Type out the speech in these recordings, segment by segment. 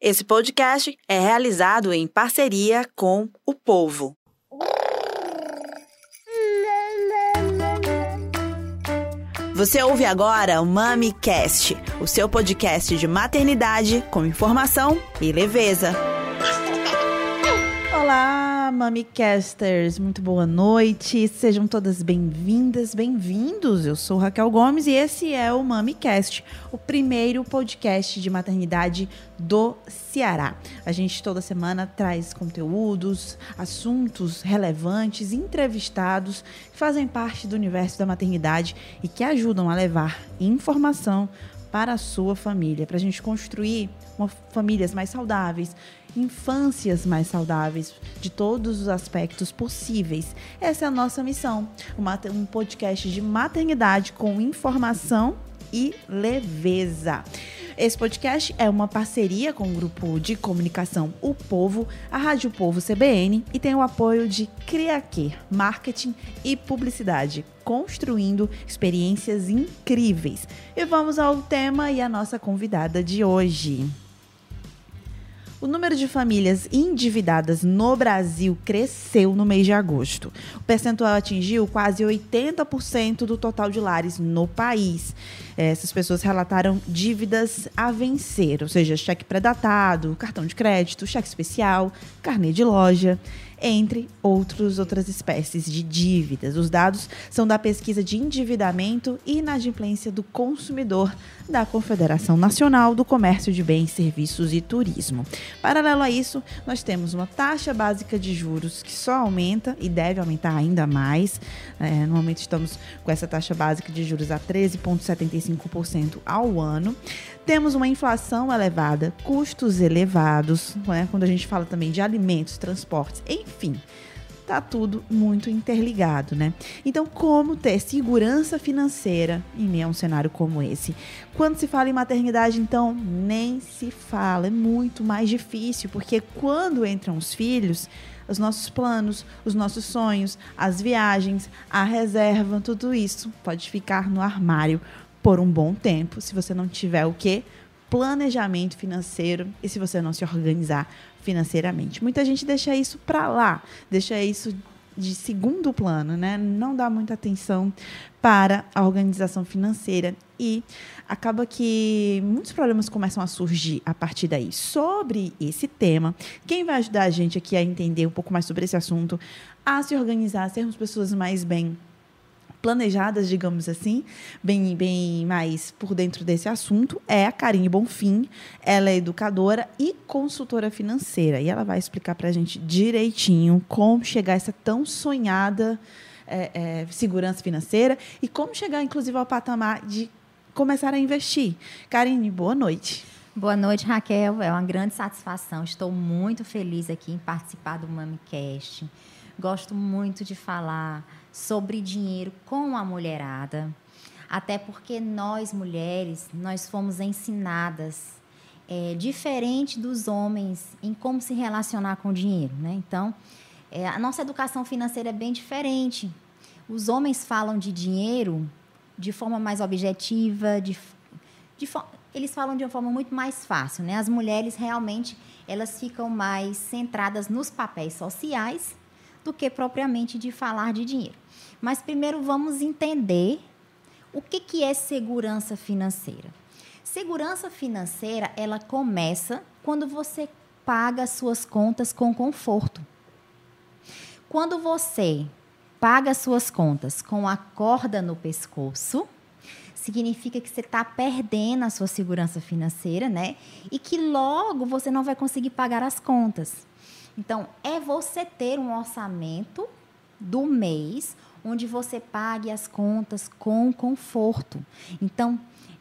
Esse podcast é realizado em parceria com o Povo. Você ouve agora o MamiCast, o seu podcast de maternidade com informação e leveza. Olá, MamiCasters, muito boa noite, sejam todas bem-vindas, bem-vindos. Eu sou Raquel Gomes e esse é o MamiCast, o primeiro podcast de maternidade do Ceará. A gente toda semana traz conteúdos, assuntos relevantes, entrevistados que fazem parte do universo da maternidade e que ajudam a levar informação para a sua família, para a gente construir famílias mais saudáveis, infâncias mais saudáveis, de todos os aspectos possíveis. Essa é a nossa missão, um podcast de maternidade com informação e leveza. Esse podcast é uma parceria com o grupo de comunicação O Povo, a Rádio Povo CBN e tem o apoio de Criaquê, marketing e publicidade, construindo experiências incríveis. E vamos ao tema e à nossa convidada de hoje. O número de famílias endividadas no Brasil cresceu no mês de agosto. O percentual atingiu quase 80% do total de lares no país. Essas pessoas relataram dívidas a vencer, ou seja, cheque pré-datado, cartão de crédito, cheque especial, carnê de loja, entre outras espécies de dívidas. Os dados são da pesquisa de endividamento e inadimplência do consumidor da Confederação Nacional do Comércio de Bens, Serviços e Turismo. Paralelo a isso, nós temos uma taxa básica de juros que só aumenta e deve aumentar ainda mais. No momento estamos com essa taxa básica de juros a 13,75% ao ano. Temos uma inflação elevada, custos elevados, né? Quando a gente fala também de alimentos, transportes, enfim, tá tudo muito interligado, né? Então, como ter segurança financeira em meio a um cenário como esse? Quando se fala em maternidade, então, nem se fala, é muito mais difícil, porque quando entram os filhos, os nossos planos, os nossos sonhos, as viagens, a reserva, tudo isso pode ficar no armário por um bom tempo, se você não tiver o quê? Planejamento financeiro e se você não se organizar financeiramente. Muita gente deixa isso para lá, deixa isso de segundo plano, né? Não dá muita atenção para a organização financeira e acaba que muitos problemas começam a surgir a partir daí. Sobre esse tema, quem vai ajudar a gente aqui a entender um pouco mais sobre esse assunto, a se organizar, a sermos pessoas mais bem planejadas, digamos assim, bem mais por dentro desse assunto, é a Karine Bonfim. Ela é educadora e consultora financeira. E ela vai explicar para a gente direitinho como chegar a essa tão sonhada segurança financeira e como chegar, inclusive, ao patamar de começar a investir. Karine, boa noite. Boa noite, Raquel. É uma grande satisfação. Estou muito feliz aqui em participar do MamiCast. Gosto muito de falar sobre dinheiro com a mulherada, até porque nós, mulheres, nós fomos ensinadas diferente dos homens em como se relacionar com o dinheiro, né? Então, a nossa educação financeira é bem diferente. Os homens falam de dinheiro de forma mais objetiva, eles falam de uma forma muito mais fácil, né? As mulheres, realmente, elas ficam mais centradas nos papéis sociais do que propriamente de falar de dinheiro. Mas primeiro vamos entender o que é segurança financeira. Segurança financeira, ela começa quando você paga as suas contas com conforto. Quando você paga as suas contas com a corda no pescoço, significa que você está perdendo a sua segurança financeira, né? E que logo você não vai conseguir pagar as contas. Então, é você ter um orçamento do mês onde você pague as contas com conforto. Então,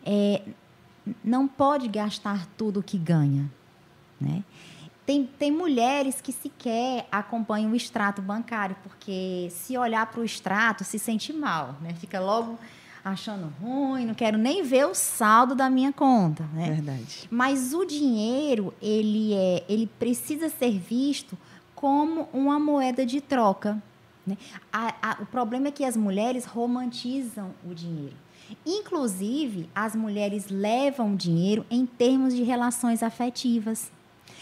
não pode gastar tudo o que ganha, né? Tem mulheres que sequer acompanham o extrato bancário, porque se olhar para o extrato, se sente mal, né? Fica logo achando ruim, não quero nem ver o saldo da minha conta, né? Verdade. Mas o dinheiro, ele precisa ser visto como uma moeda de troca, né? O problema é que as mulheres romantizam o dinheiro. Inclusive, as mulheres levam o dinheiro em termos de relações afetivas.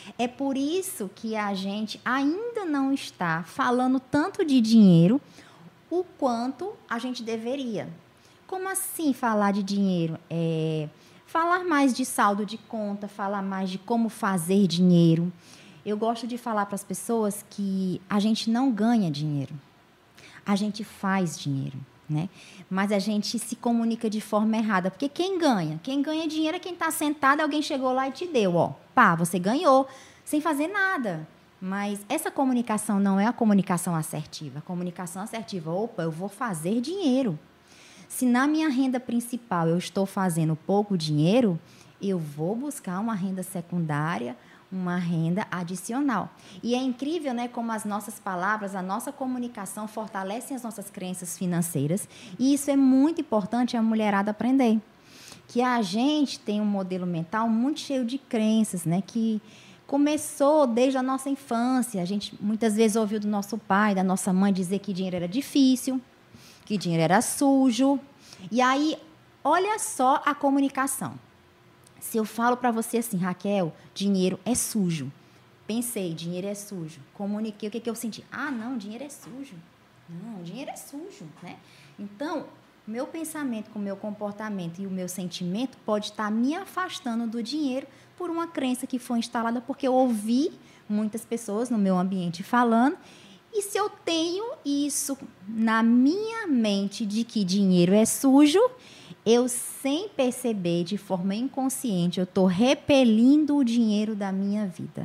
É por isso que a gente ainda não está falando tanto de dinheiro o quanto a gente deveria. Como assim falar de dinheiro? Falar mais de saldo de conta, falar mais de como fazer dinheiro. Eu gosto de falar para as pessoas que a gente não ganha dinheiro, a gente faz dinheiro, né? Mas a gente se comunica de forma errada, porque quem ganha? Quem ganha dinheiro é quem está sentado, alguém chegou lá e te deu, ó, pá, você ganhou, sem fazer nada. Mas essa comunicação não é a comunicação assertiva. A comunicação assertiva, opa, eu vou fazer dinheiro. Se na minha renda principal eu estou fazendo pouco dinheiro, eu vou buscar uma renda secundária, uma renda adicional. E é incrível, né, como as nossas palavras, a nossa comunicação fortalecem as nossas crenças financeiras. E isso é muito importante a mulherada aprender. Que a gente tem um modelo mental muito cheio de crenças, né, que começou desde a nossa infância. A gente muitas vezes ouviu do nosso pai, da nossa mãe dizer que dinheiro era difícil, que dinheiro era sujo. E aí, olha só a comunicação. Se eu falo para você assim, Raquel, dinheiro é sujo. Pensei, dinheiro é sujo. Comuniquei, o que eu senti? Ah, não, dinheiro é sujo. Não, dinheiro é sujo, né? Então, meu pensamento com o meu comportamento e o meu sentimento pode estar me afastando do dinheiro por uma crença que foi instalada porque eu ouvi muitas pessoas no meu ambiente falando. E se eu tenho isso na minha mente de que dinheiro é sujo, eu, sem perceber, de forma inconsciente, eu estou repelindo o dinheiro da minha vida.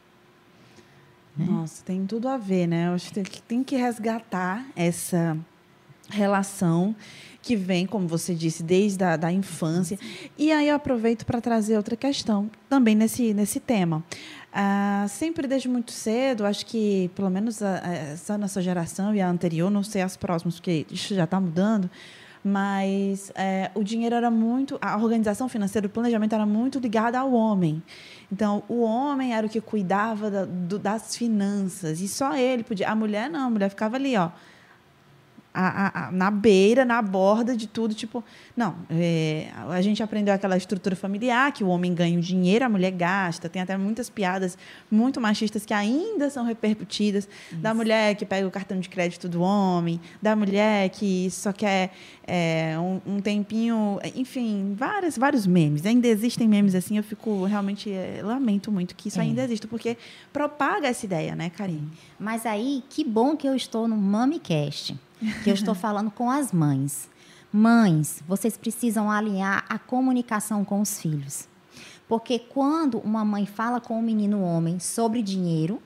Nossa, tem tudo a ver, né? Eu acho que tem que resgatar essa relação que vem, como você disse, desde a da infância. E aí eu aproveito para trazer outra questão, também nesse tema. Sempre desde muito cedo, acho que pelo menos essa nossa geração e a anterior, não sei as próximas, porque isso já está mudando, mas o dinheiro era muito, a organização financeira, o planejamento era muito ligado ao homem. Então, o homem era o que cuidava das finanças, e só ele podia. A mulher não, a mulher ficava ali, ó, na beira, na borda de tudo, tipo, não, a gente aprendeu aquela estrutura familiar, que o homem ganha o dinheiro, a mulher gasta, tem até muitas piadas muito machistas que ainda são repercutidas, isso. Da mulher que pega o cartão de crédito do homem, da mulher que só quer um tempinho, enfim, vários memes, ainda existem memes assim, eu fico realmente, lamento muito que isso ainda exista, porque propaga essa ideia, né, Karine? Mas aí, que bom que eu estou no MamiCast, que eu estou falando com as mães. Mães, vocês precisam alinhar a comunicação com os filhos. Porque quando uma mãe fala com um menino homem sobre dinheiro,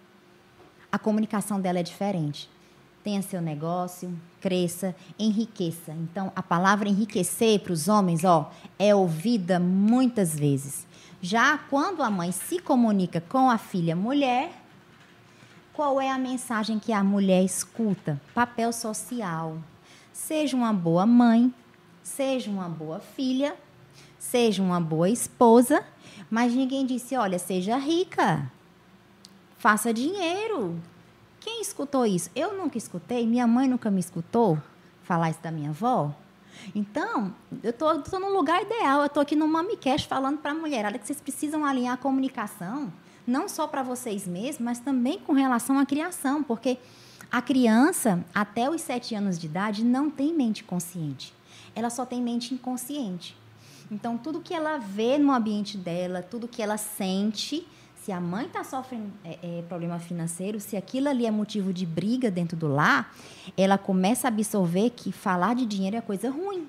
a comunicação dela é diferente. Tenha seu negócio, cresça, enriqueça. Então, a palavra enriquecer para os homens, é ouvida muitas vezes. Já quando a mãe se comunica com a filha mulher, qual é a mensagem que a mulher escuta? Papel social. Seja uma boa mãe, seja uma boa filha, seja uma boa esposa, mas ninguém disse, olha, seja rica, faça dinheiro. Quem escutou isso? Eu nunca escutei, minha mãe nunca me escutou falar isso da minha avó. Então, eu estou num lugar ideal, eu estou aqui no MamiCast falando para a mulherada que vocês precisam alinhar a comunicação, não só para vocês mesmos, mas também com relação à criação, porque a criança, até os 7 anos de idade, não tem mente consciente. Ela só tem mente inconsciente. Então, tudo que ela vê no ambiente dela, tudo que ela sente, se a mãe está sofrendo problema financeiro, se aquilo ali é motivo de briga dentro do lar, ela começa a absorver que falar de dinheiro é coisa ruim.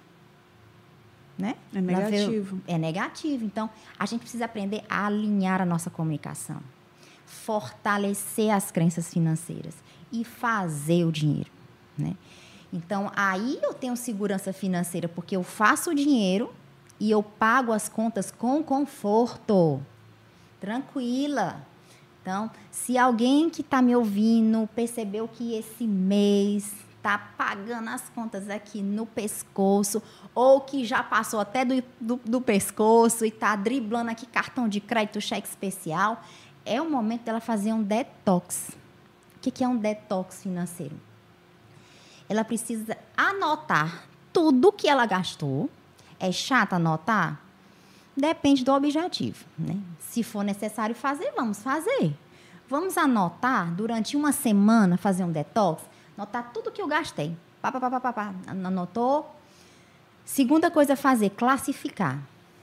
Né? É negativo. É negativo. Então, a gente precisa aprender a alinhar a nossa comunicação, fortalecer as crenças financeiras e fazer o dinheiro. Né? Então, aí eu tenho segurança financeira, porque eu faço o dinheiro e eu pago as contas com conforto. Tranquila. Então, se alguém que está me ouvindo percebeu que esse mês está pagando as contas aqui no pescoço, ou que já passou até do pescoço e está driblando aqui cartão de crédito, cheque especial, é o momento dela fazer um detox. O que é um detox financeiro? Ela precisa anotar tudo que ela gastou. É chato anotar? Depende do objetivo, né? Se for necessário fazer, vamos fazer. Vamos anotar, durante uma semana, fazer um detox, anotar tudo que eu gastei. Anotou? Segunda coisa a fazer, classificar.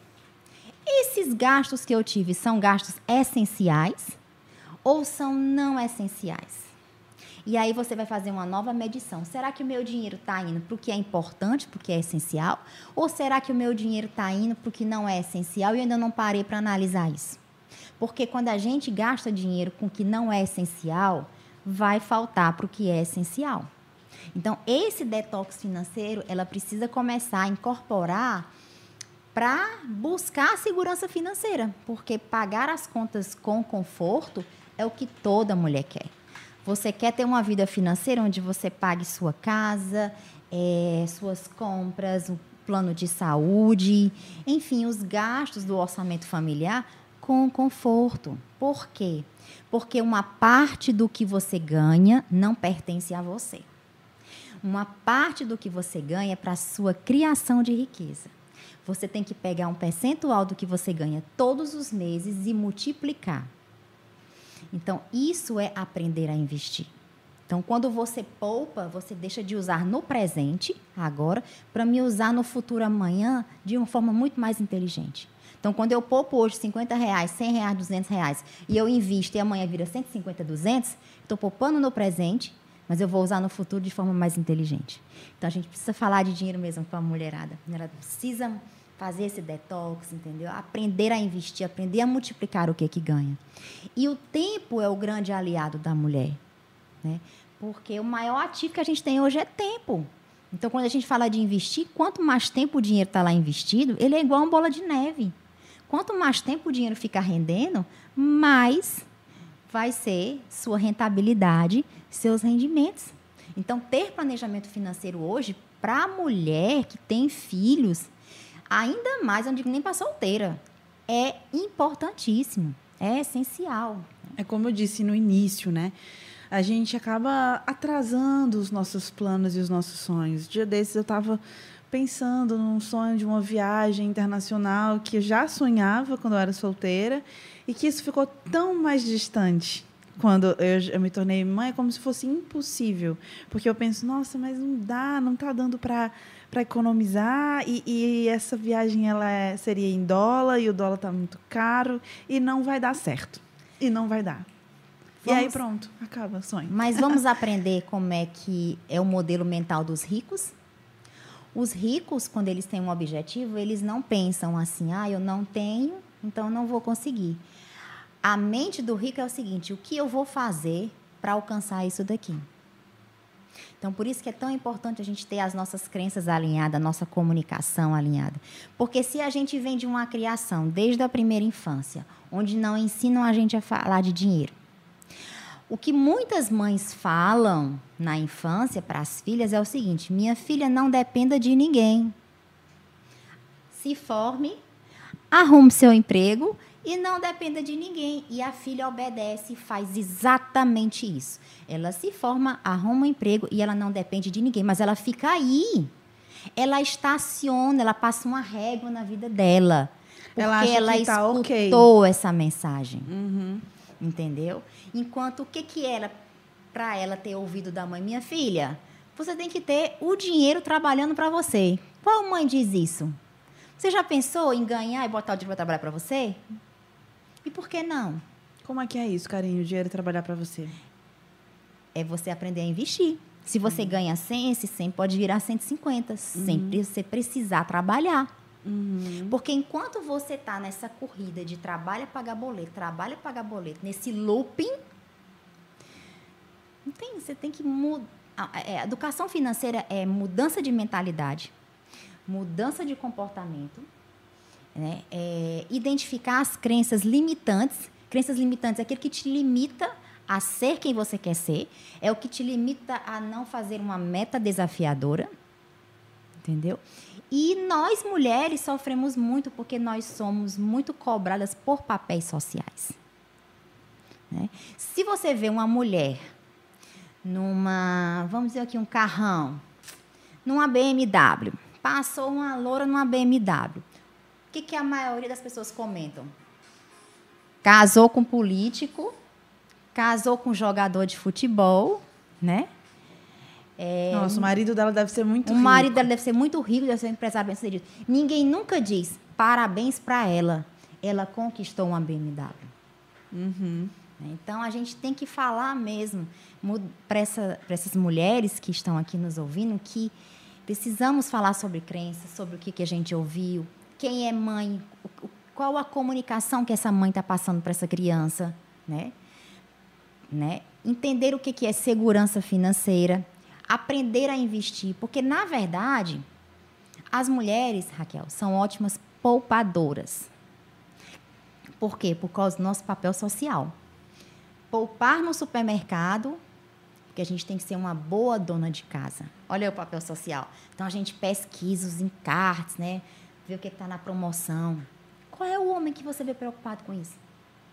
Esses gastos que eu tive são gastos essenciais ou são não essenciais? E aí você vai fazer uma nova medição. Será que o meu dinheiro está indo para o que é importante, para o que é essencial? Ou será que o meu dinheiro está indo para o que não é essencial e eu ainda não parei para analisar isso? Porque quando a gente gasta dinheiro com o que não é essencial, vai faltar para o que é essencial. Então, esse detox financeiro, ela precisa começar a incorporar para buscar a segurança financeira. Porque pagar as contas com conforto é o que toda mulher quer. Você quer ter uma vida financeira onde você pague sua casa, suas compras, um plano de saúde, enfim, os gastos do orçamento familiar com conforto. Por quê? Porque uma parte do que você ganha não pertence a você. Uma parte do que você ganha é para a sua criação de riqueza. Você tem que pegar um percentual do que você ganha todos os meses e multiplicar. Então, isso é aprender a investir. Então, quando você poupa, você deixa de usar no presente, agora, para me usar no futuro amanhã de uma forma muito mais inteligente. Então, quando eu poupo hoje R$50, R$100, R$200 e eu invisto e amanhã vira 150, 200, estou poupando no presente, mas eu vou usar no futuro de forma mais inteligente. Então, a gente precisa falar de dinheiro mesmo com a mulherada. Ela precisa fazer esse detox, entendeu? Aprender a investir, aprender a multiplicar o que ganha. E o tempo é o grande aliado da mulher, né? Porque o maior ativo que a gente tem hoje é tempo. Então, quando a gente fala de investir, quanto mais tempo o dinheiro está lá investido, ele é igual uma bola de neve. Quanto mais tempo o dinheiro ficar rendendo, mais vai ser sua rentabilidade, seus rendimentos. Então, ter planejamento financeiro hoje, para a mulher que tem filhos, ainda mais, eu não digo nem para solteira, é importantíssimo, é essencial. É como eu disse no início, né? A gente acaba atrasando os nossos planos e os nossos sonhos. Dia desses eu estava pensando num sonho de uma viagem internacional que eu já sonhava quando eu era solteira e que isso ficou tão mais distante quando eu me tornei mãe, é como se fosse impossível. Porque eu penso, nossa, mas não dá, não está dando para economizar e essa viagem seria em dólar e o dólar está muito caro e não vai dar certo. E não vai dar. E aí pronto, acaba o sonho. Mas vamos aprender como é que é o modelo mental dos ricos? Os ricos, quando eles têm um objetivo, eles não pensam assim, eu não tenho, então eu não vou conseguir. A mente do rico é o seguinte, o que eu vou fazer para alcançar isso daqui? Então, por isso que é tão importante a gente ter as nossas crenças alinhadas, a nossa comunicação alinhada. Porque se a gente vem de uma criação, desde a primeira infância, onde não ensinam a gente a falar de dinheiro, o que muitas mães falam na infância para as filhas é o seguinte, minha filha, não dependa de ninguém. Se forme, arrume seu emprego e não dependa de ninguém. E a filha obedece e faz exatamente isso. Ela se forma, arruma um emprego e ela não depende de ninguém, mas ela fica aí. Ela estaciona, ela passa uma régua na vida dela. Porque ela escutou essa mensagem. Uhum. Entendeu? Enquanto o que era para ela ter ouvido da mãe? Minha filha, você tem que ter o dinheiro trabalhando para você. Qual mãe diz isso? Você já pensou em ganhar e botar o dinheiro para trabalhar para você? E por que não? Como é que é isso, carinho? O dinheiro trabalhar para você? É você aprender a investir. Se você ganha 100, esse 100 pode virar 150. Sempre você precisar trabalhar. Porque enquanto você está nessa corrida de trabalha, paga boleto, nesse looping, você tem que mudar. A educação financeira é mudança de mentalidade, mudança de comportamento, né? Identificar as crenças limitantes. Crenças limitantes é aquilo que te limita a ser quem você quer ser, é o que te limita a não fazer uma meta desafiadora, entendeu? E nós, mulheres, sofremos muito porque nós somos muito cobradas por papéis sociais. Né? Se você vê uma mulher vamos dizer aqui, um carrão, numa BMW, passou uma loura numa BMW, O que a maioria das pessoas comentam? Casou com político, casou com jogador de futebol, né? Nossa, o marido dela deve ser muito rico. O marido dela deve ser muito rico, deve ser um empresário bem-sucedido. Ninguém nunca diz parabéns para ela. Ela conquistou uma BMW. Uhum. Então, a gente tem que falar mesmo para essas mulheres que estão aqui nos ouvindo que precisamos falar sobre crenças, sobre o que a gente ouviu, quem é mãe, qual a comunicação que essa mãe está passando para essa criança, né? Entender o que é segurança financeira, aprender a investir, porque, na verdade, as mulheres, Raquel, são ótimas poupadoras. Por quê? Por causa do nosso papel social. Poupar no supermercado, porque a gente tem que ser uma boa dona de casa. Olha o papel social. Então, a gente pesquisa os encartes, né? Vê o que está na promoção. Qual é o homem que você vê preocupado com isso?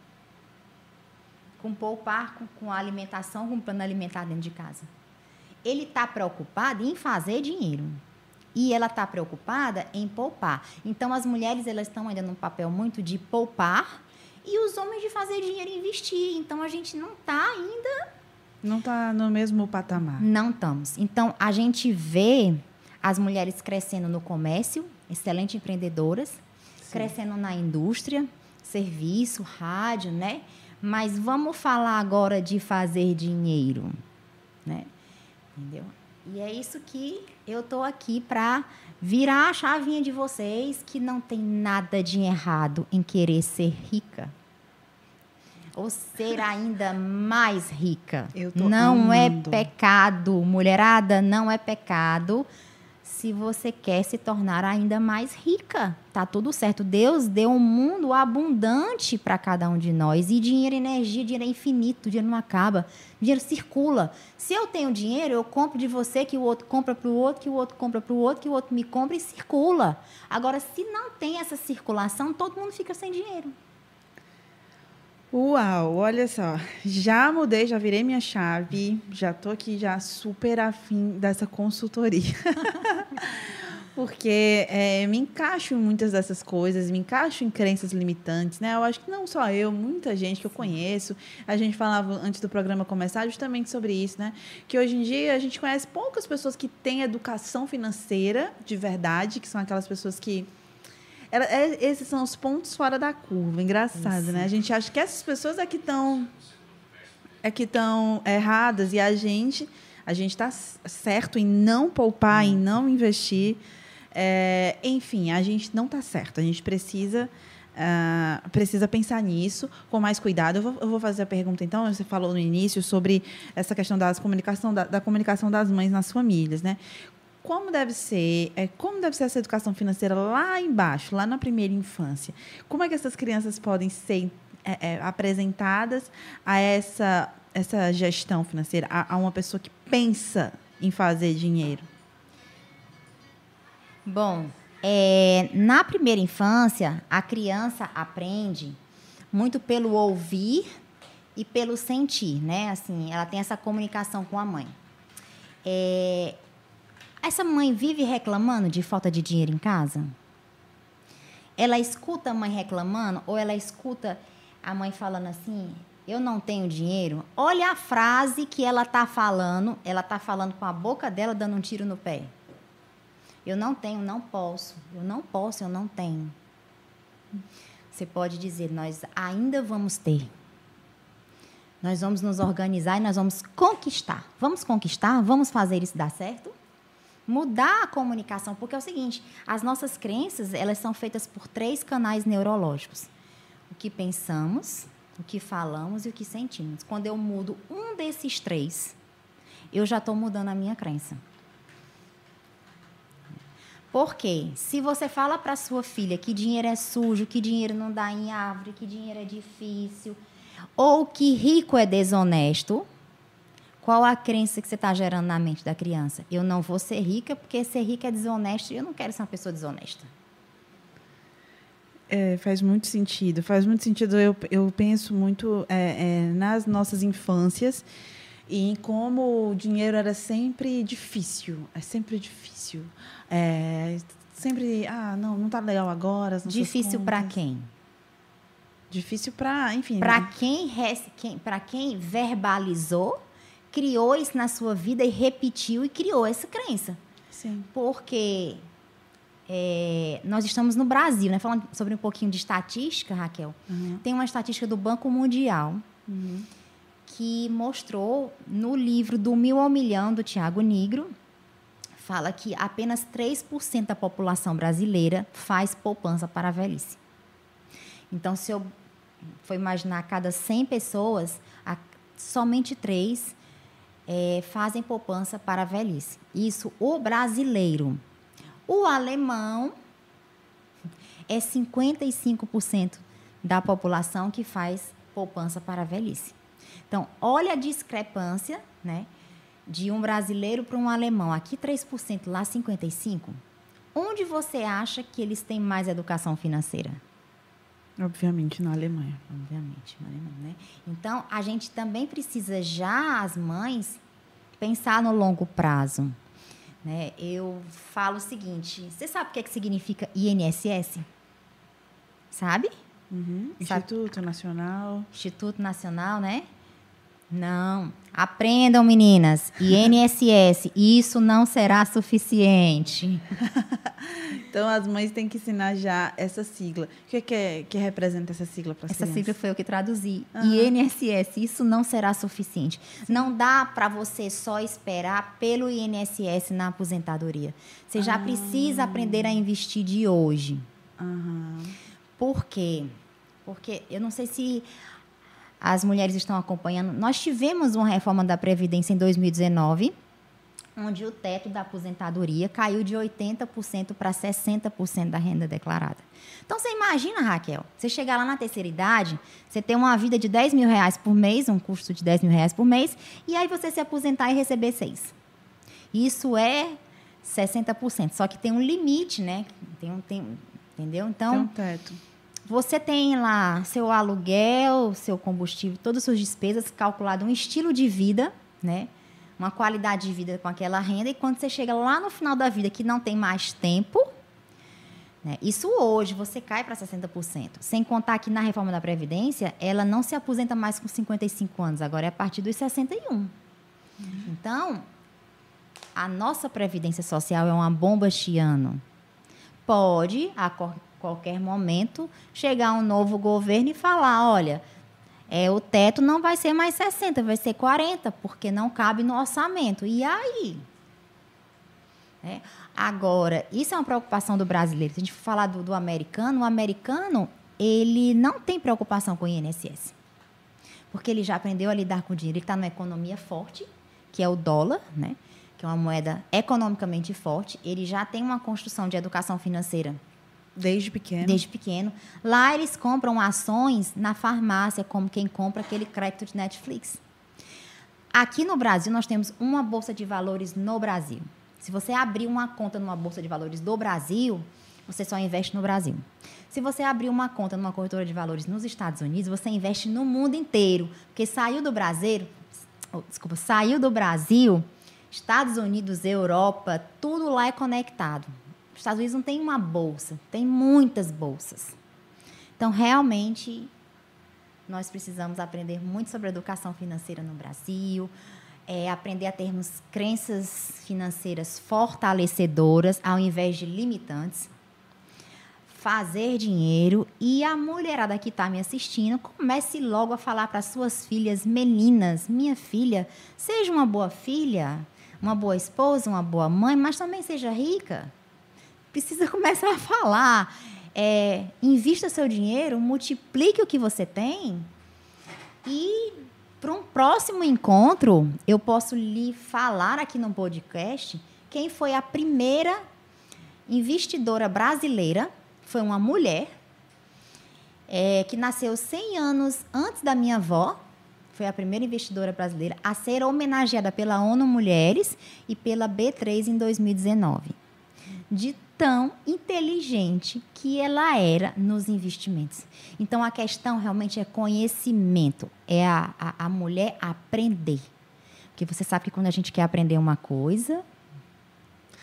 Com poupar, com a alimentação, com o plano alimentar dentro de casa. Ele está preocupado em fazer dinheiro. E ela está preocupada em poupar. Então, as mulheres elas estão ainda num papel muito de poupar e os homens de fazer dinheiro e investir. Então, a gente não está ainda... Não está no mesmo patamar. Não estamos. Então, a gente vê as mulheres crescendo no comércio, excelentes empreendedoras, sim, crescendo na indústria, serviço, rádio, né? Mas vamos falar agora de fazer dinheiro, né? Entendeu? E é isso que eu estou aqui para virar a chavinha de vocês, que não tem nada de errado em querer ser rica. Ou ser ainda mais rica. Não é pecado, mulherada, não é pecado se você quer se tornar ainda mais rica. Tá tudo certo. Deus deu um mundo abundante para cada um de nós. E dinheiro é energia, dinheiro é infinito, dinheiro não acaba. Dinheiro circula. Se eu tenho dinheiro, eu compro de você, que o outro compra para o outro, que o outro compra para o outro, que o outro me compra e circula. Agora, se não tem essa circulação, todo mundo fica sem dinheiro. Uau, olha só, já mudei, já virei minha chave, já tô aqui já super afim dessa consultoria. Porque me encaixo em muitas dessas coisas, me encaixo em crenças limitantes, né? Eu acho que não só eu, muita gente que eu conheço, a gente falava antes do programa começar justamente sobre isso, né? Que hoje em dia a gente conhece poucas pessoas que têm educação financeira de verdade, que são aquelas pessoas que... esses são os pontos fora da curva. Engraçado, isso, né? A gente acha que essas pessoas é que estão erradas e a gente está certo em não poupar, em não investir. Enfim, a gente não está certo. A gente precisa pensar nisso com mais cuidado. Eu vou fazer a pergunta, então. Você falou no início sobre essa questão da comunicação das mães nas famílias, né? Como deve ser essa educação financeira lá embaixo, lá na primeira infância? Como é que essas crianças podem ser apresentadas a essa gestão financeira, a uma pessoa que pensa em fazer dinheiro? Bom, na primeira infância, a criança aprende muito pelo ouvir e pelo sentir, né? Assim, ela tem essa comunicação com a mãe. Essa mãe vive reclamando de falta de dinheiro em casa? Ela escuta a mãe reclamando ou ela escuta a mãe falando assim, eu não tenho dinheiro? Olha a frase que ela está falando com a boca dela dando um tiro no pé. Eu não tenho, não posso. Eu não posso, eu não tenho. Você pode dizer, nós ainda vamos ter. Nós vamos nos organizar e nós vamos conquistar. Vamos conquistar? Vamos fazer isso dar certo? Mudar a comunicação, porque é o seguinte, as nossas crenças, elas são feitas por 3 canais neurológicos. O que pensamos, o que falamos e o que sentimos. Quando eu mudo um desses 3, eu já estou mudando a minha crença. Por quê? Se você fala para a sua filha que dinheiro é sujo, que dinheiro não dá em árvore, que dinheiro é difícil, ou que rico é desonesto, qual a crença que você está gerando na mente da criança? Eu não vou ser rica porque ser rica é desonesto e eu não quero ser uma pessoa desonesta. Faz muito sentido. Faz muito sentido. Eu penso muito nas nossas infâncias e em como o dinheiro era sempre difícil. É sempre difícil. Sempre, não tá legal agora. As nossas Difícil para contas. quem? Difícil para, enfim. Para né? quem verbalizou, criou isso na sua vida e repetiu e criou essa crença. Sim. Porque nós estamos no Brasil, né? Falando sobre um pouquinho de estatística, Raquel. Tem uma estatística do Banco Mundial que mostrou no livro Do Mil ao Milhão, do Tiago Nigro, fala que apenas 3% da população brasileira faz poupança para a velhice. Então, se eu for imaginar, a cada 100 pessoas, somente 3 fazem poupança para a velhice. Isso, o brasileiro. O alemão é 55% da população que faz poupança para a velhice. Então, olha a discrepância, né, de um brasileiro para um alemão. Aqui 3%, lá 55%. Onde você acha que eles têm mais educação financeira? Obviamente, na Alemanha. Obviamente, na Alemanha, né? Então, a gente também precisa já, as mães, pensar no longo prazo. Né? Eu falo o seguinte, você sabe o que significa INSS? Sabe? Instituto Nacional. Instituto Nacional, né? Não. Aprendam, meninas. INSS, isso não será suficiente. Então, as mães têm que ensinar já essa sigla. O que representa essa sigla para as crianças? Essa sigla foi eu que traduzi. INSS, isso não será suficiente. Não dá para você só esperar pelo INSS na aposentadoria. Você já precisa aprender a investir de hoje. Por quê? Porque eu não sei se as mulheres estão acompanhando. Nós tivemos uma reforma da Previdência em 2019, onde o teto da aposentadoria caiu de 80% para 60% da renda declarada. Então, você imagina, Raquel, você chegar lá na terceira idade, você ter uma vida de R$10 mil por mês, um custo de R$10 mil por mês, e aí você se aposentar e receber 6. Isso é 60%, só que tem um limite, né? Entendeu? Então, tem um teto. Você tem lá seu aluguel, seu combustível, todas as suas despesas, calculado um estilo de vida, né? Uma qualidade de vida com aquela renda. E quando você chega lá no final da vida, que não tem mais tempo, né? Isso hoje, você cai para 60%. Sem contar que na reforma da Previdência, ela não se aposenta mais com 55 anos, agora é a partir dos 61. Então, a nossa Previdência Social é uma bomba chiano. Pode, a qualquer momento, chegar um novo governo e falar, olha, o teto não vai ser mais 60, vai ser 40, porque não cabe no orçamento. E aí? Agora, isso é uma preocupação do brasileiro. Se a gente for falar do americano, o americano, ele não tem preocupação com o INSS. Porque ele já aprendeu a lidar com o dinheiro. Ele está numa economia forte, que é o dólar, né? Que é uma moeda economicamente forte. Ele já tem uma construção de educação financeira desde pequeno. Desde pequeno. Lá eles compram ações na farmácia, como quem compra aquele crédito de Netflix. Aqui no Brasil, nós temos uma bolsa de valores no Brasil. Se você abrir uma conta numa bolsa de valores do Brasil, você só investe no Brasil. Se você abrir uma conta numa corretora de valores nos Estados Unidos, você investe no mundo inteiro. Porque saiu do Brasil, Estados Unidos, Europa, tudo lá é conectado. Os Estados Unidos não tem uma bolsa, tem muitas bolsas. Então, realmente, nós precisamos aprender muito sobre educação financeira no Brasil, aprender a termos crenças financeiras fortalecedoras, ao invés de limitantes, fazer dinheiro. E a mulherada que está me assistindo, comece logo a falar para suas filhas, meninas, minha filha, seja uma boa filha, uma boa esposa, uma boa mãe, mas também seja rica. Precisa começar a falar. Invista seu dinheiro, multiplique o que você tem. E, para um próximo encontro, eu posso lhe falar aqui no podcast quem foi a primeira investidora brasileira. Foi uma mulher que nasceu 100 anos antes da minha avó. Foi a primeira investidora brasileira a ser homenageada pela ONU Mulheres e pela B3 em 2019. De tão inteligente que ela era nos investimentos. Então, a questão realmente é conhecimento. É a mulher aprender. Porque você sabe que quando a gente quer aprender uma coisa...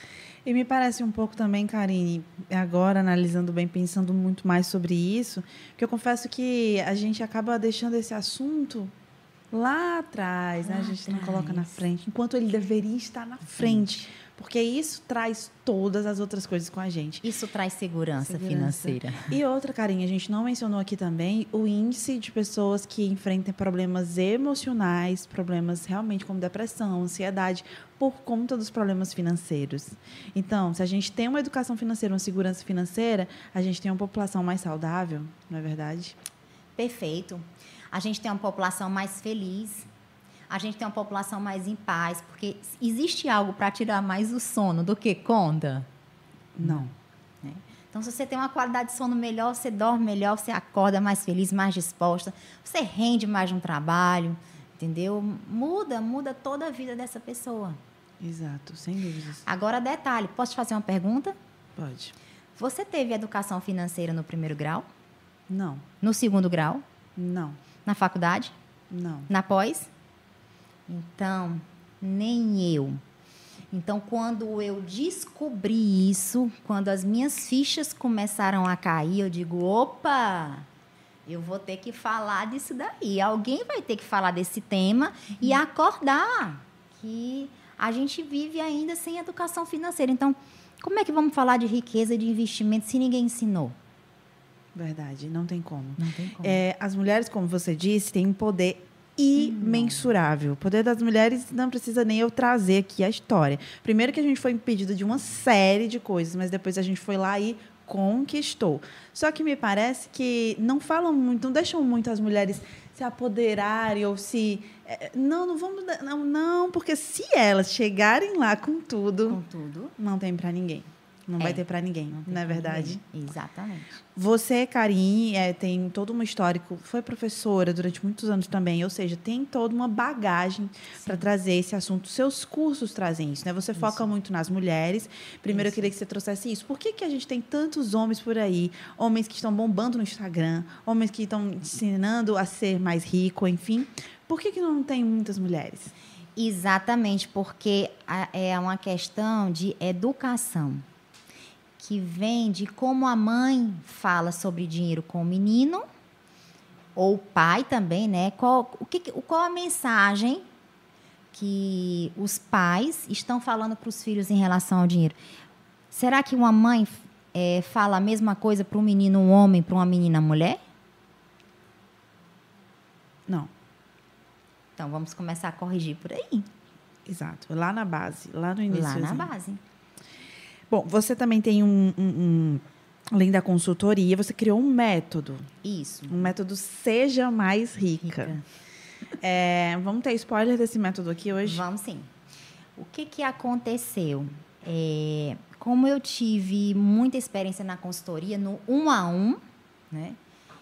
E me parece um pouco também, Karine, agora analisando bem, pensando muito mais sobre isso, que eu confesso que a gente acaba deixando esse assunto lá atrás, né? A gente não coloca na frente, enquanto ele deveria estar na frente. Porque isso traz todas as outras coisas com a gente. Isso traz segurança financeira. E outra, Carinha, a gente não mencionou aqui também o índice de pessoas que enfrentam problemas emocionais, problemas realmente como depressão, ansiedade, por conta dos problemas financeiros. Então, se a gente tem uma educação financeira, uma segurança financeira, a gente tem uma população mais saudável, não é verdade? Perfeito. A gente tem uma população mais feliz. A gente tem uma população mais em paz, porque existe algo para tirar mais o sono do que conta? Não. Então, se você tem uma qualidade de sono melhor, você dorme melhor, você acorda mais feliz, mais disposta, você rende mais no trabalho, entendeu? Muda toda a vida dessa pessoa. Exato, sem dúvidas. Agora, detalhe, posso te fazer uma pergunta? Pode. Você teve educação financeira no primeiro grau? Não. No segundo grau? Não. Na faculdade? Não. Na pós? Então, nem eu. Então, quando eu descobri isso, quando as minhas fichas começaram a cair, eu digo, opa, eu vou ter que falar disso daí. Alguém vai ter que falar desse tema e acordar que a gente vive ainda sem educação financeira. Então, como é que vamos falar de riqueza e de investimento se ninguém ensinou? Verdade, não tem como. Não tem como. As mulheres, como você disse, têm um poder imensurável. O poder das mulheres não precisa nem eu trazer aqui a história. Primeiro que a gente foi impedido de uma série de coisas, mas depois a gente foi lá e conquistou. Só que me parece que não falam muito, não deixam muito as mulheres se apoderarem ou se... Não vamos... Não, porque se elas chegarem lá com tudo, não tem para ninguém. Não vai ter para ninguém, não é verdade? Ninguém. Exatamente. Você, Karine, tem todo um histórico, foi professora durante muitos anos também, ou seja, tem toda uma bagagem para trazer esse assunto. Seus cursos trazem isso, né? Você foca muito nas mulheres. Primeiro, eu queria que você trouxesse isso. Por que a gente tem tantos homens por aí? Homens que estão bombando no Instagram, homens que estão ensinando a ser mais rico, enfim. Por que não tem muitas mulheres? Exatamente, porque é uma questão de educação, que vem de como a mãe fala sobre dinheiro com o menino, ou o pai também, né? Qual a mensagem que os pais estão falando para os filhos em relação ao dinheiro? Será que uma mãe fala a mesma coisa para um menino, um homem, para uma menina, mulher? Não. Então, vamos começar a corrigir por aí. Exato, lá na base, lá no início. Lá na base. Bom, você também tem além da consultoria, você criou um método. Isso. Um método Seja Mais Rica. Vamos ter spoiler desse método aqui hoje? Vamos sim. O que aconteceu? Como eu tive muita experiência na consultoria, no 1 a 1, né?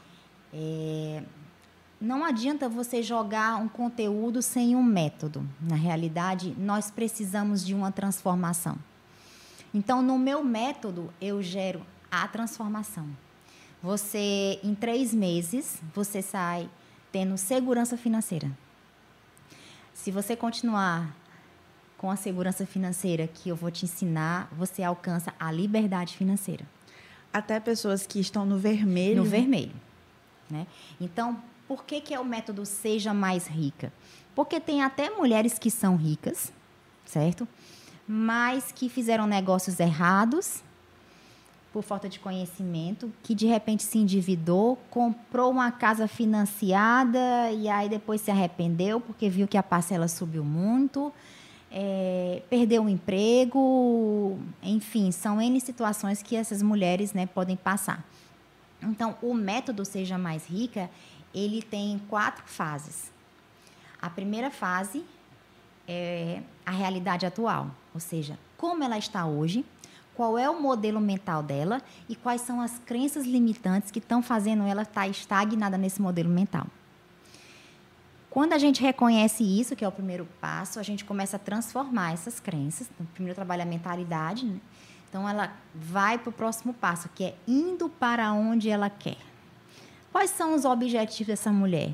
Não adianta você jogar um conteúdo sem um método. Na realidade, nós precisamos de uma transformação. Então, no meu método, eu gero a transformação. Você, em 3 meses, você sai tendo segurança financeira. Se você continuar com a segurança financeira que eu vou te ensinar, você alcança a liberdade financeira. Até pessoas que estão no vermelho. No vermelho, né? Então, por que é o método Seja Mais Rica? Porque tem até mulheres que são ricas, certo? Mas que fizeram negócios errados por falta de conhecimento, que de repente se endividou, comprou uma casa financiada e aí depois se arrependeu porque viu que a parcela subiu muito, perdeu o emprego, enfim, são N situações que essas mulheres, né, podem passar. Então, o método Seja Mais Rica, ele tem 4 fases. A primeira fase é a realidade atual, ou seja, como ela está hoje, qual é o modelo mental dela e quais são as crenças limitantes que estão fazendo ela estar estagnada nesse modelo mental. Quando a gente reconhece isso, que é o primeiro passo, a gente começa a transformar essas crenças. Então, primeiro trabalha a mentalidade, né? Então ela vai para o próximo passo, que é indo para onde ela quer. Quais são os objetivos dessa mulher?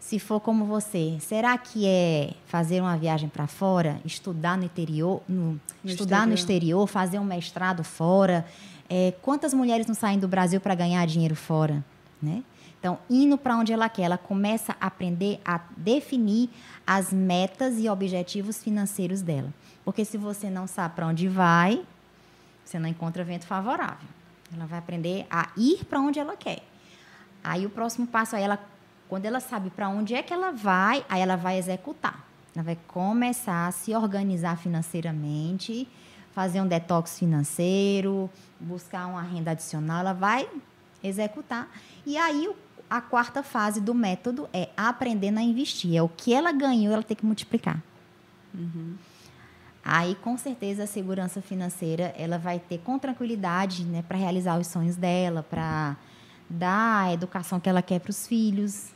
Se for como você, será que é fazer uma viagem para fora, estudar no interior, estudar no exterior, fazer um mestrado fora? Quantas mulheres não saem do Brasil para ganhar dinheiro fora, né? Então, indo para onde ela quer, ela começa a aprender a definir as metas e objetivos financeiros dela. Porque se você não sabe para onde vai, você não encontra vento favorável. Ela vai aprender a ir para onde ela quer. Aí o próximo passo, quando ela sabe para onde é que ela vai, aí ela vai executar. Ela vai começar a se organizar financeiramente, fazer um detox financeiro, buscar uma renda adicional, ela vai executar. E aí a quarta fase do método é aprendendo a investir. É o que ela ganhou, ela tem que multiplicar. Uhum. Aí, com certeza, a segurança financeira ela vai ter com tranquilidade, né, para realizar os sonhos dela, para dar a educação que ela quer para os filhos.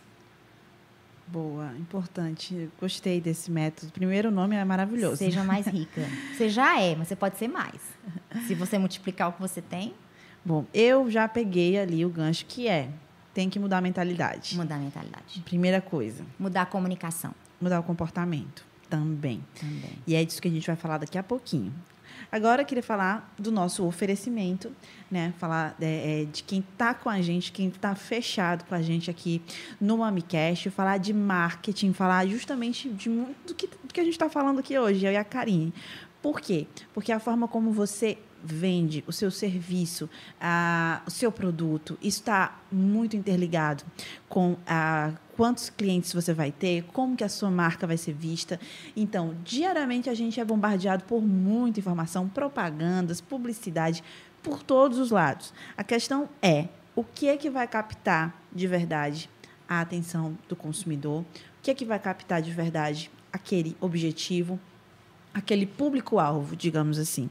Boa, importante. Gostei desse método. Primeiro, o nome é maravilhoso. Seja mais rica. Você já é, mas você pode ser mais. Se você multiplicar o que você tem. Bom, eu já peguei ali o gancho tem que mudar a mentalidade. Mudar a mentalidade. Primeira coisa. Mudar a comunicação. Mudar o comportamento. Também. E é disso que a gente vai falar daqui a pouquinho. Agora, eu queria falar do nosso oferecimento, né? Falar de quem está com a gente, quem está fechado com a gente aqui no MamiCast, falar de marketing, falar justamente do que a gente está falando aqui hoje, eu e a Karine. Por quê? Porque a forma como você vende o seu serviço, o seu produto, isso está muito interligado com quantos clientes você vai ter, como que a sua marca vai ser vista. Então, diariamente a gente é bombardeado por muita informação, propagandas, publicidade, por todos os lados. A questão é, o que é que vai captar de verdade a atenção do consumidor? O que é que vai captar de verdade aquele objetivo, aquele público-alvo, digamos assim?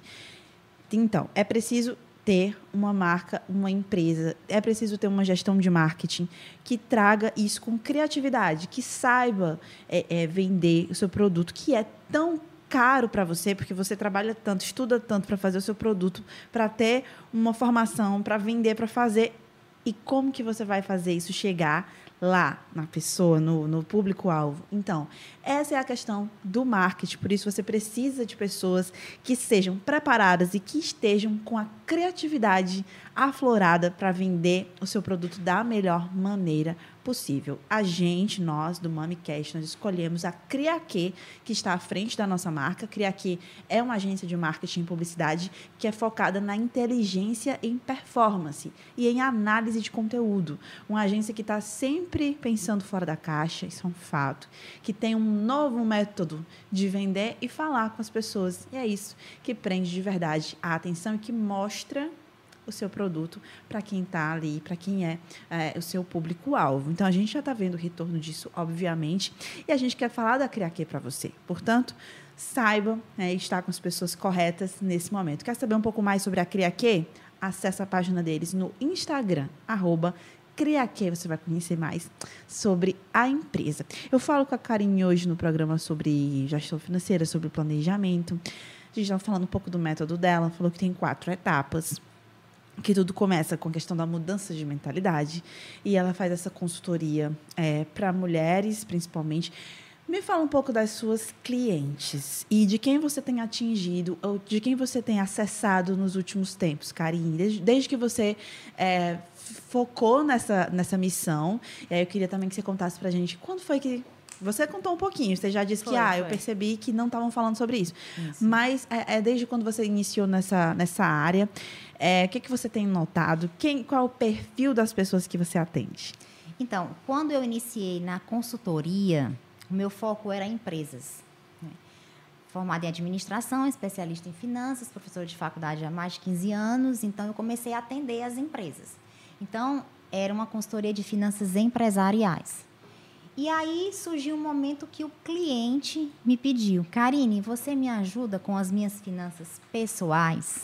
Então, é preciso ter uma marca, uma empresa, é preciso ter uma gestão de marketing que traga isso com criatividade, que saiba vender o seu produto, que é tão caro para você, porque você trabalha tanto, estuda tanto para fazer o seu produto, para ter uma formação, para vender, para fazer. E como que você vai fazer isso chegar lá na pessoa, no público-alvo? Então, essa é a questão do marketing. Por isso, você precisa de pessoas que sejam preparadas e que estejam com a criatividade aflorada para vender o seu produto da melhor maneira possível. Nós, do MamiCast, nós escolhemos a Criaquê, que está à frente da nossa marca. Criaquê é uma agência de marketing e publicidade que é focada na inteligência em performance e em análise de conteúdo. Uma agência que está sempre pensando fora da caixa, isso é um fato, que tem um novo método de vender e falar com as pessoas. E é isso que prende de verdade a atenção e que mostra o seu produto para quem está ali, para quem é o seu público-alvo. Então, a gente já está vendo o retorno disso, obviamente, e a gente quer falar da Criaquê para você. Portanto, saiba estar com as pessoas corretas nesse momento. Quer saber um pouco mais sobre a Criaquê? Acesse a página deles no Instagram, @Criaquê, você vai conhecer mais sobre a empresa. Eu falo com a Karine hoje no programa sobre gestão financeira, sobre planejamento. A gente estava falando um pouco do método dela, falou que tem 4 etapas. Que tudo começa com a questão da mudança de mentalidade. E ela faz essa consultoria para mulheres, principalmente. Me fala um pouco das suas clientes e de quem você tem atingido ou de quem você tem acessado nos últimos tempos, Karine. Desde que você focou nessa missão. E aí eu queria também que você contasse para a gente quando foi que... Você contou um pouquinho, você já disse eu percebi que não estavam falando sobre isso. Mas desde quando você iniciou nessa área, o que você tem notado? Qual é o perfil das pessoas que você atende? Então, quando eu iniciei na consultoria, o meu foco era empresas. Né? Formada em administração, especialista em finanças, professora de faculdade há mais de 15 anos, então eu comecei a atender as empresas. Então, era uma consultoria de finanças empresariais. E aí surgiu um momento que o cliente me pediu: Karine, você me ajuda com as minhas finanças pessoais?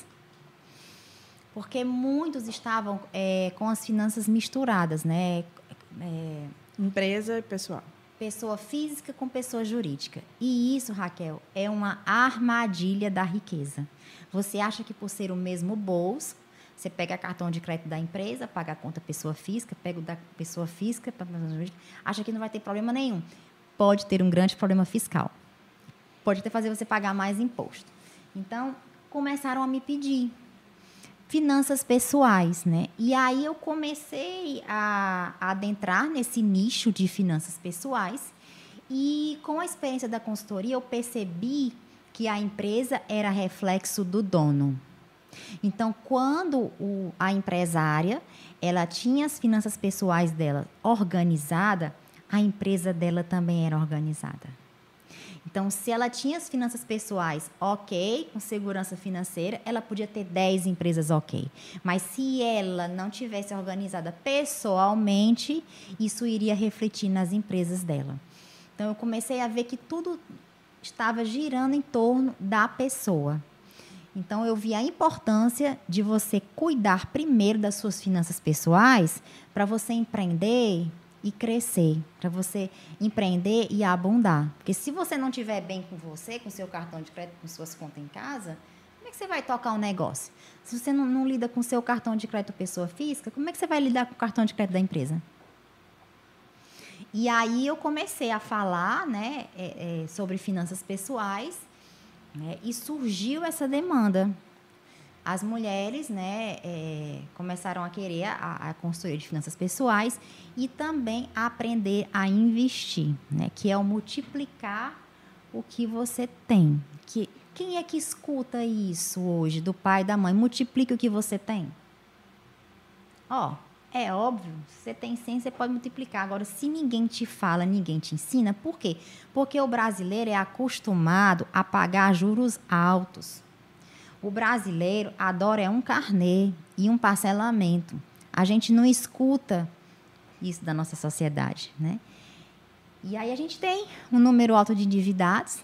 Porque muitos estavam com as finanças misturadas, né? Empresa e pessoal. Pessoa física com pessoa jurídica. E isso, Raquel, é uma armadilha da riqueza. Você acha que por ser o mesmo bolso, Você pega cartão de crédito da empresa, paga a conta pessoa física, pega o da pessoa física, acha que não vai ter problema nenhum. Pode ter um grande problema fiscal. Pode até fazer você pagar mais imposto. Então, começaram a me pedir finanças pessoais, né? E aí eu comecei a adentrar nesse nicho de finanças pessoais e com a experiência da consultoria eu percebi que a empresa era reflexo do dono. Então, quando a empresária ela tinha as finanças pessoais dela organizada, a empresa dela também era organizada. Então, se ela tinha as finanças pessoais ok, com segurança financeira, ela podia ter 10 empresas ok. Mas se ela não tivesse organizada pessoalmente, isso iria refletir nas empresas dela. Então, eu comecei a ver que tudo estava girando em torno da pessoa. Então, eu vi a importância de você cuidar primeiro das suas finanças pessoais para você empreender e crescer, para você empreender e abundar. Porque se você não estiver bem com você, com seu cartão de crédito, com suas contas em casa, como é que você vai tocar um negócio? Se você não lida com seu cartão de crédito pessoa física, como é que você vai lidar com o cartão de crédito da empresa? E aí eu comecei a falar, né, sobre finanças pessoais, né, e surgiu essa demanda. As mulheres, né, começaram a querer a consultoria de finanças pessoais e também a aprender a investir, né, que é o multiplicar o que você tem. Quem é que escuta isso hoje, do pai e da mãe? Multiplique o que você tem. É óbvio, se você tem 100, você pode multiplicar. Agora, se ninguém te fala, ninguém te ensina, por quê? Porque o brasileiro é acostumado a pagar juros altos. O brasileiro adora um carnê e um parcelamento. A gente não escuta isso da nossa sociedade, né? E aí a gente tem um número alto de endividados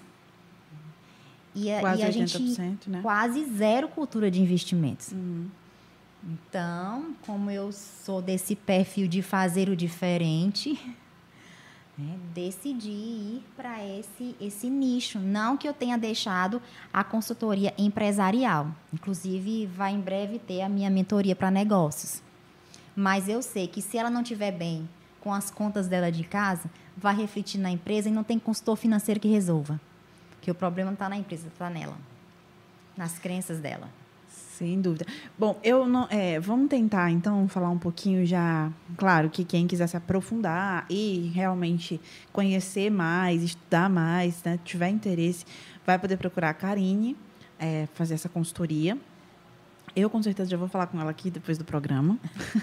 Quase e a 80%, né? Quase zero cultura de investimentos. Uhum. Então, como eu sou desse perfil de fazer o diferente, né, decidi ir para esse nicho. Não que eu tenha deixado a consultoria empresarial. Inclusive, vai em breve ter a minha mentoria para negócios. Mas eu sei que se ela não estiver bem com as contas dela de casa, vai refletir na empresa e não tem consultor financeiro que resolva. Porque o problema não está na empresa, está nela. Nas crenças dela. Sem dúvida. Bom, vamos tentar, então, falar um pouquinho já. Claro que quem quiser se aprofundar e realmente conhecer mais, estudar mais, né, tiver interesse, vai poder procurar a Karine, fazer essa consultoria. Eu, com certeza, já vou falar com ela aqui depois do programa.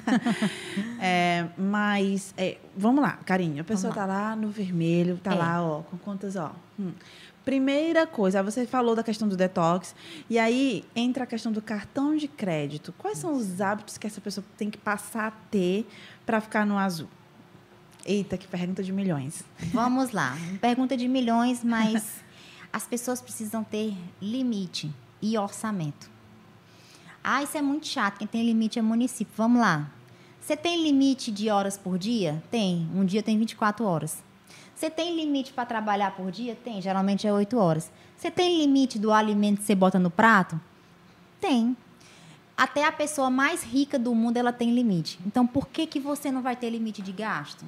Mas, vamos lá, Karine. A pessoa está lá no vermelho, está lá, com contas, Primeira coisa, você falou da questão do detox, e aí entra a questão do cartão de crédito. Quais são os hábitos que essa pessoa tem que passar a ter para ficar no azul? Eita, que pergunta de milhões. Vamos lá. Pergunta de milhões, mas as pessoas precisam ter limite e orçamento. Isso é muito chato. Quem tem limite é município. Vamos lá. Você tem limite de horas por dia? Tem. Um dia tem 24 horas. Você tem limite para trabalhar por dia? Tem. Geralmente é 8 horas. Você tem limite do alimento que você bota no prato? Tem. Até a pessoa mais rica do mundo, ela tem limite. Então, por que você não vai ter limite de gasto?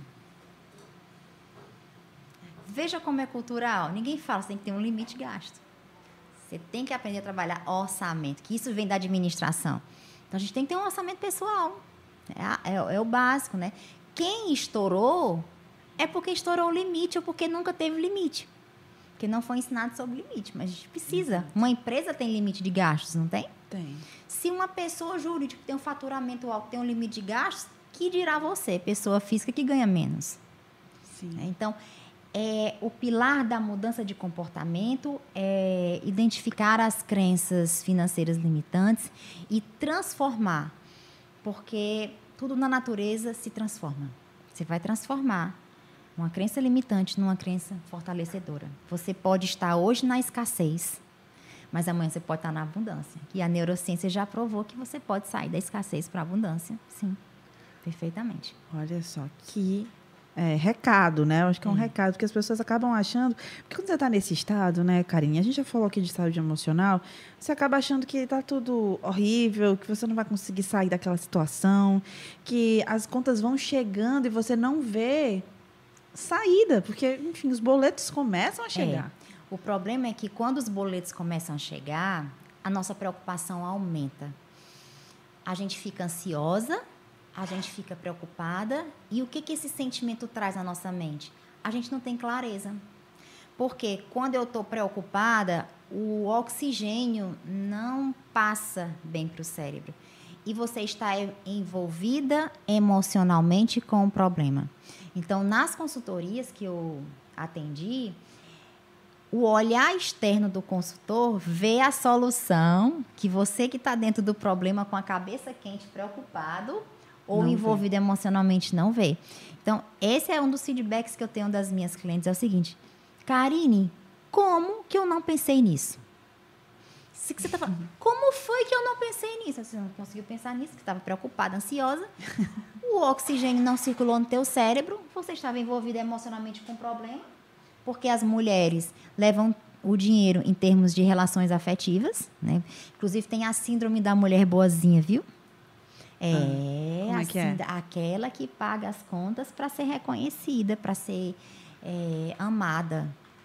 Veja como é cultural. Ninguém fala, você tem que ter um limite de gasto. Você tem que aprender a trabalhar orçamento, que isso vem da administração. Então, a gente tem que ter um orçamento pessoal. É o básico, né? Quem estourou é porque estourou o limite ou porque nunca teve limite. Porque não foi ensinado sobre limite. Mas a gente precisa. Uma empresa tem limite de gastos, não tem? Tem. Se uma pessoa jurídica tem um faturamento alto, tem um limite de gastos, que dirá você, pessoa física que ganha menos? Sim. Então, o pilar da mudança de comportamento é identificar as crenças financeiras limitantes e transformar. Porque tudo na natureza se transforma. Você vai transformar uma crença limitante numa crença fortalecedora. Você pode estar hoje na escassez, mas amanhã você pode estar na abundância. E a neurociência já provou que você pode sair da escassez para a abundância. Sim, perfeitamente. Olha só, que recado, né? Eu acho que é um recado que as pessoas acabam achando. Porque quando você está nesse estado, né, Karine? A gente já falou aqui de saúde emocional. Você acaba achando que está tudo horrível, que você não vai conseguir sair daquela situação, que as contas vão chegando e você não vê saída, porque, enfim, os boletos começam a chegar. O problema é que quando os boletos começam a chegar, a nossa preocupação aumenta. A gente fica ansiosa, a gente fica preocupada. E o que esse sentimento traz na nossa mente? A gente não tem clareza. Porque quando eu estou preocupada, o oxigênio não passa bem para o cérebro. E você está envolvida emocionalmente com o problema. Então, nas consultorias que eu atendi, o olhar externo do consultor vê a solução que você que está dentro do problema com a cabeça quente, preocupado ou envolvido emocionalmente não vê. Então, esse é um dos feedbacks que eu tenho das minhas clientes. É o seguinte: Karine, como que eu não pensei nisso? Isso que você está falando. Como foi que eu não pensei nisso? Você não conseguiu pensar nisso, que estava preocupada, ansiosa. O oxigênio não circulou no teu cérebro, você estava envolvida emocionalmente com o problema, porque as mulheres levam o dinheiro em termos de relações afetivas, né? Inclusive, tem a síndrome da mulher boazinha, viu? Como é que é? Aquela que paga as contas para ser reconhecida, para ser amada.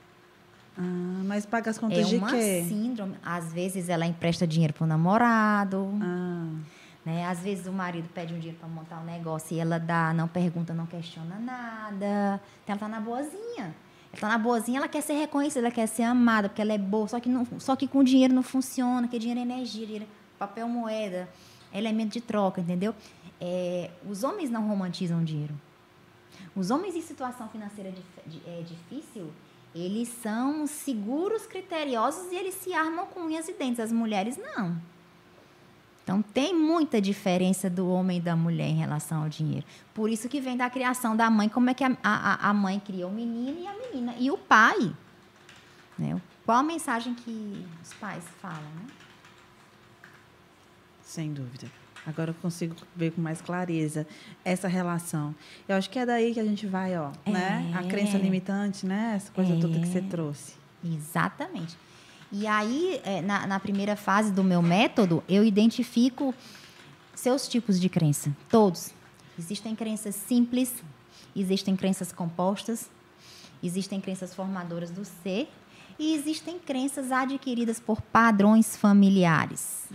Mas paga as contas de quê? É uma síndrome. Às vezes, ela empresta dinheiro para o namorado. Né? Às vezes, o marido pede um dinheiro para montar um negócio e ela dá, não pergunta, não questiona nada. Então, ela está na boazinha. Ela está na boazinha, ela quer ser reconhecida, ela quer ser amada, porque ela é boa. Só que com dinheiro não funciona, porque dinheiro é energia, dinheiro é papel, moeda, elemento de troca, entendeu? Os homens não romantizam o dinheiro. Os homens em situação financeira difícil, eles são seguros, criteriosos e eles se armam com unhas e dentes. As mulheres, não. Então, tem muita diferença do homem e da mulher em relação ao dinheiro. Por isso que vem da criação da mãe, como é que a mãe cria o menino e a menina. E o pai. Né? Qual a mensagem que os pais falam, né? Sem dúvida. Agora eu consigo ver com mais clareza essa relação. Eu acho que é daí que a gente vai, né? A crença limitante, né? Essa coisa toda que você trouxe. Exatamente. E aí, na primeira fase do meu método, eu identifico seus tipos de crença, todos. Existem crenças simples, existem crenças compostas, existem crenças formadoras do ser e existem crenças adquiridas por padrões familiares.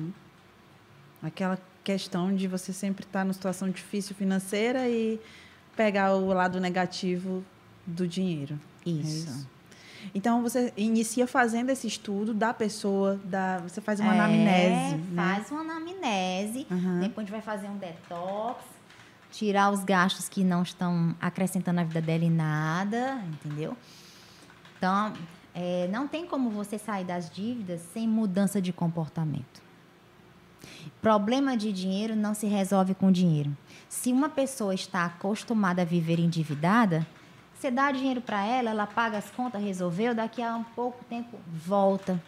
Aquela questão de você sempre estar numa situação difícil financeira e pegar o lado negativo do dinheiro. Isso. Então, você inicia fazendo esse estudo da pessoa, você faz uma anamnese. Faz uma anamnese, depois a gente vai fazer um detox, tirar os gastos que não estão acrescentando na vida dela em nada, entendeu? Então, não tem como você sair das dívidas sem mudança de comportamento. Problema de dinheiro não se resolve com dinheiro. Se uma pessoa está acostumada a viver endividada, você dá dinheiro para ela, ela paga as contas, resolveu, daqui a um pouco tempo volta.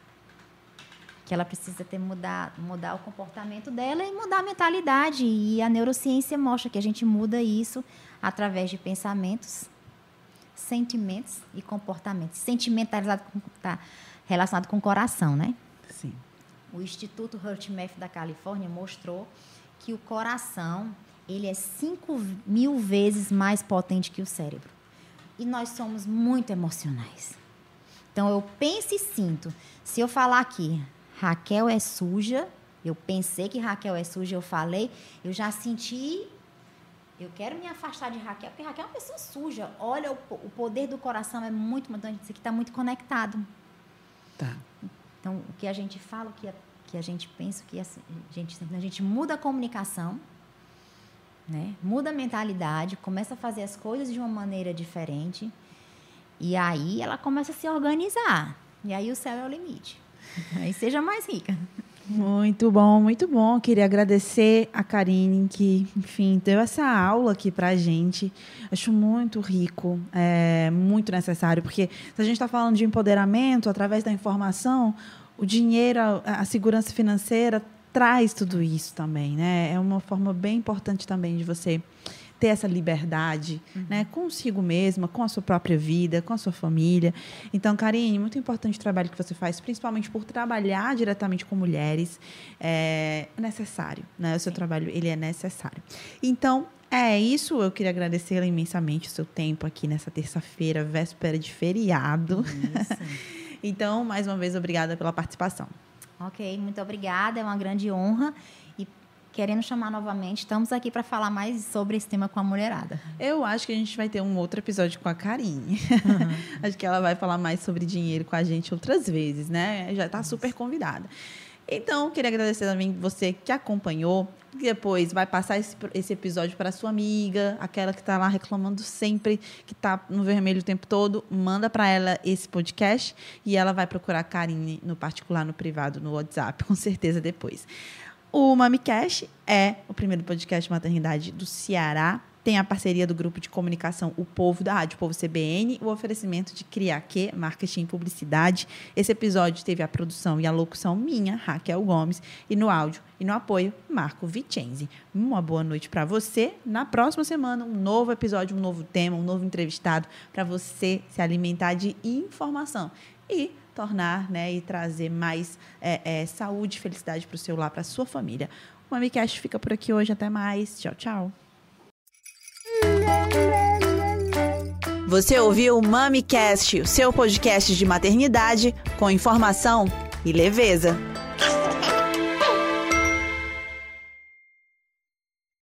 Que ela precisa mudar o comportamento dela e mudar a mentalidade. E a neurociência mostra que a gente muda isso através de pensamentos, sentimentos e comportamentos. Sentimento está relacionado com o coração, né? Sim. O Instituto HeartMath da Califórnia mostrou que o coração ele é 5.000 vezes mais potente que o cérebro. E nós somos muito emocionais. Então, eu penso e sinto. Se eu falar aqui, Raquel é suja, eu pensei que Raquel é suja, eu falei, eu já senti, eu quero me afastar de Raquel, porque Raquel é uma pessoa suja. Olha, o poder do coração é muito, isso aqui está muito conectado. Tá. Então, o que a gente fala, o que a gente pensa, a gente muda a comunicação, né? Muda a mentalidade, começa a fazer as coisas de uma maneira diferente, e aí ela começa a se organizar. E aí o céu é o limite. Aí seja mais rica. Muito bom, muito bom. Queria agradecer a Karine, que, enfim, deu essa aula aqui pra gente. Acho muito rico, muito necessário, porque se a gente está falando de empoderamento, através da informação, o dinheiro, a segurança financeira traz tudo isso também, né? É uma forma bem importante também de você ter essa liberdade, né, consigo mesma, com a sua própria vida, com a sua família. Então, Karine, muito importante o trabalho que você faz, principalmente por trabalhar diretamente com mulheres. É necessário, né? O seu trabalho, ele é necessário. Então, é isso. Eu queria agradecer imensamente o seu tempo aqui nessa terça-feira, véspera de feriado. Então, mais uma vez, obrigada pela participação. Ok, muito obrigada. É uma grande honra. Querendo chamar novamente, estamos aqui para falar mais sobre esse tema com a mulherada. Eu acho que a gente vai ter um outro episódio com a Karine. Acho que ela vai falar mais sobre dinheiro com a gente outras vezes, né? Já está super convidada. Então, queria agradecer também você que acompanhou. Depois vai passar esse episódio para sua amiga, aquela que está lá reclamando sempre, que está no vermelho o tempo todo. Manda para ela esse podcast e ela vai procurar a Karine no particular, no privado, no WhatsApp, com certeza depois. O MamiCast é o primeiro podcast de maternidade do Ceará. Tem a parceria do grupo de comunicação O Povo, da Rádio Povo CBN, o oferecimento de Criaque, marketing e publicidade. Esse episódio teve a produção e a locução minha, Raquel Gomes, e no áudio e no apoio, Marco Vicenzi. Uma boa noite para você. Na próxima semana, um novo episódio, um novo tema, um novo entrevistado para você se alimentar de informação e tornar, né, e trazer mais saúde e felicidade para o seu lar, para a sua família. O MamiCast fica por aqui hoje. Até mais. Tchau, tchau. Você ouviu o MamiCast, o seu podcast de maternidade com informação e leveza.